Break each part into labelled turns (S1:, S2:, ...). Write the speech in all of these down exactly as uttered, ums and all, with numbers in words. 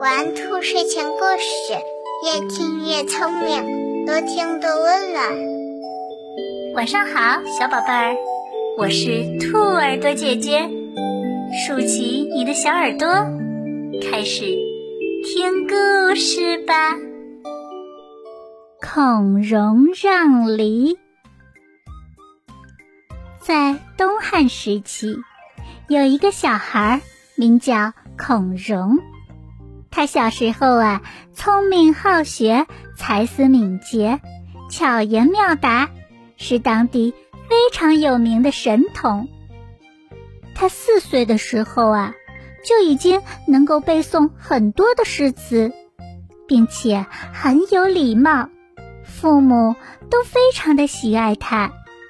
S1: 晚安兔睡前故事，越听越聪明，多听多温暖。
S2: 晚上好，小宝贝儿，我是兔耳朵姐姐，竖起你的小耳朵，开始听故事吧。孔融让梨。在东汉时期，有一个小孩名叫孔融。他小时候啊，聪明好学，才思敏捷，巧言妙答，是当地非常有名的神童。他四岁的时候啊，就已经能够背诵很多的诗词，并且很有礼貌，父母都非常的喜爱他。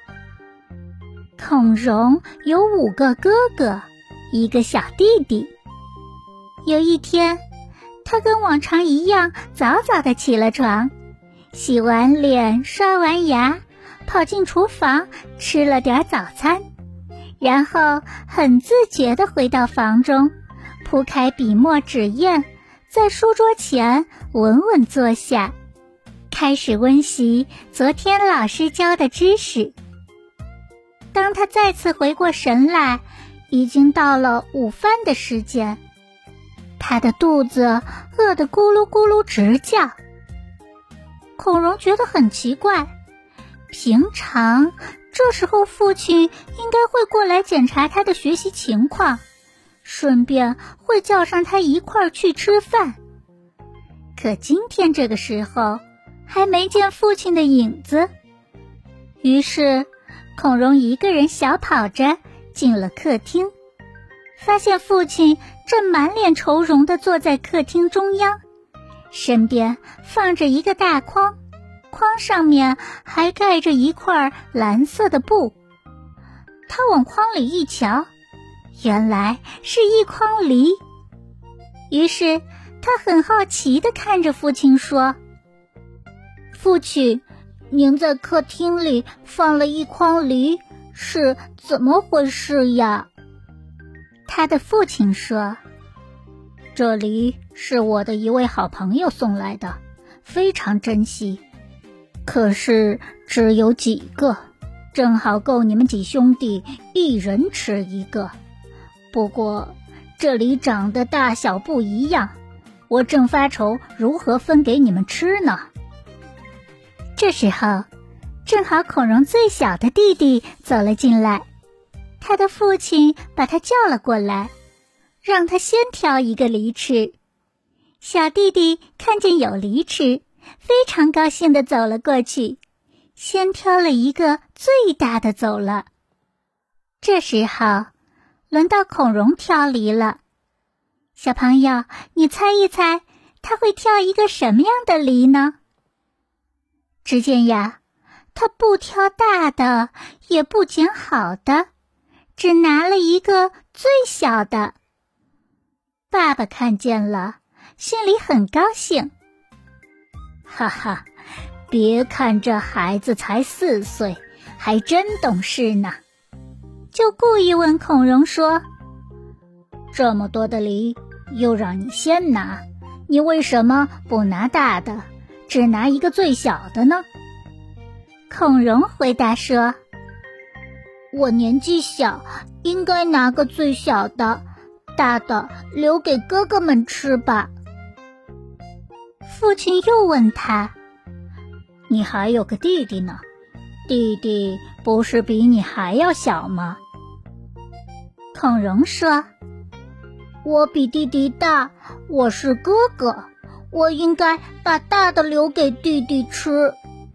S2: 孔融有五个哥哥，一个小弟弟。有一天，他跟往常一样早早地起了床，洗完脸，刷完牙，跑进厨房吃了点早餐，然后很自觉地回到房中，铺开笔墨纸砚，在书桌前稳稳坐下，开始温习昨天老师教的知识。当他再次回过神来，已经到了午饭的时间，他的肚子饿得咕噜咕噜直叫。孔融觉得很奇怪，平常这时候父亲应该会过来检查他的学习情况，顺便会叫上他一块儿去吃饭。可今天这个时候还没见父亲的影子，于是孔融一个人小跑着进了客厅，发现父亲正满脸愁容地坐在客厅中央，身边放着一个大筐，筐上面还盖着一块蓝色的布。他往筐里一瞧，原来是一筐梨。于是他很好奇地看着父亲说：“父亲，您在客厅里放了一筐梨，是怎么回事呀？”他的父亲说：“这梨是我的一位好朋友送来的，非常珍惜，可是只有几个，正好够你们几兄弟一人吃一个。不过这梨长得大小不一样，我正发愁如何分给你们吃呢。”这时候，正好孔融最小的弟弟走了进来，他的父亲把他叫了过来，让他先挑一个梨吃。小弟弟看见有梨吃，非常高兴地走了过去，先挑了一个最大的走了。这时候，轮到孔融挑梨了。小朋友，你猜一猜，他会挑一个什么样的梨呢？只见呀，他不挑大的，也不拣好的，只拿了一个最小的。爸爸看见了，心里很高兴。哈哈，别看这孩子才四岁，还真懂事呢。就故意问孔融说：“这么多的梨，又让你先拿，你为什么不拿大的，只拿一个最小的呢？”孔融回答说：“我年纪小，应该拿个最小的，大的留给哥哥们吃吧。”父亲又问他：“你还有个弟弟呢，弟弟不是比你还要小吗？”孔融说：“我比弟弟大，我是哥哥，我应该把大的留给弟弟吃。”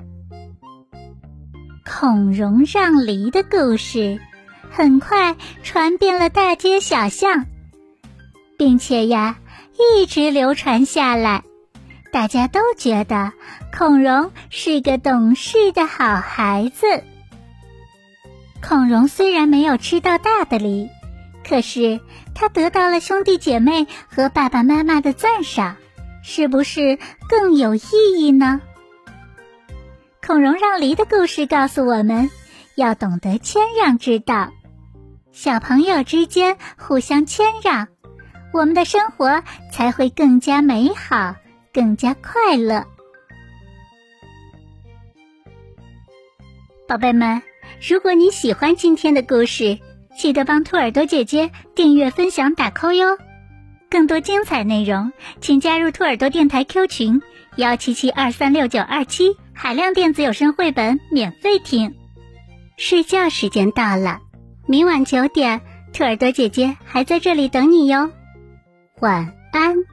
S2: 孔融让梨的故事很快传遍了大街小巷，并且呀，一直流传下来。大家都觉得孔融是个懂事的好孩子。孔融虽然没有吃到大的梨，可是他得到了兄弟姐妹和爸爸妈妈的赞赏，是不是更有意义呢？孔融让梨的故事告诉我们，要懂得谦让之道。小朋友之间互相谦让， 我们的生活才会更加美好，更加快乐。宝贝们，如果你喜欢今天的故事，记得帮兔耳朵姐姐订阅、分享、打 call 哟。更多精彩内容，请加入兔耳朵电台 Q 群幺七七二三六九二七，海量电子有声绘本免费听。睡觉时间到了，明晚九点，兔耳朵姐姐还在这里等你哟。晚安。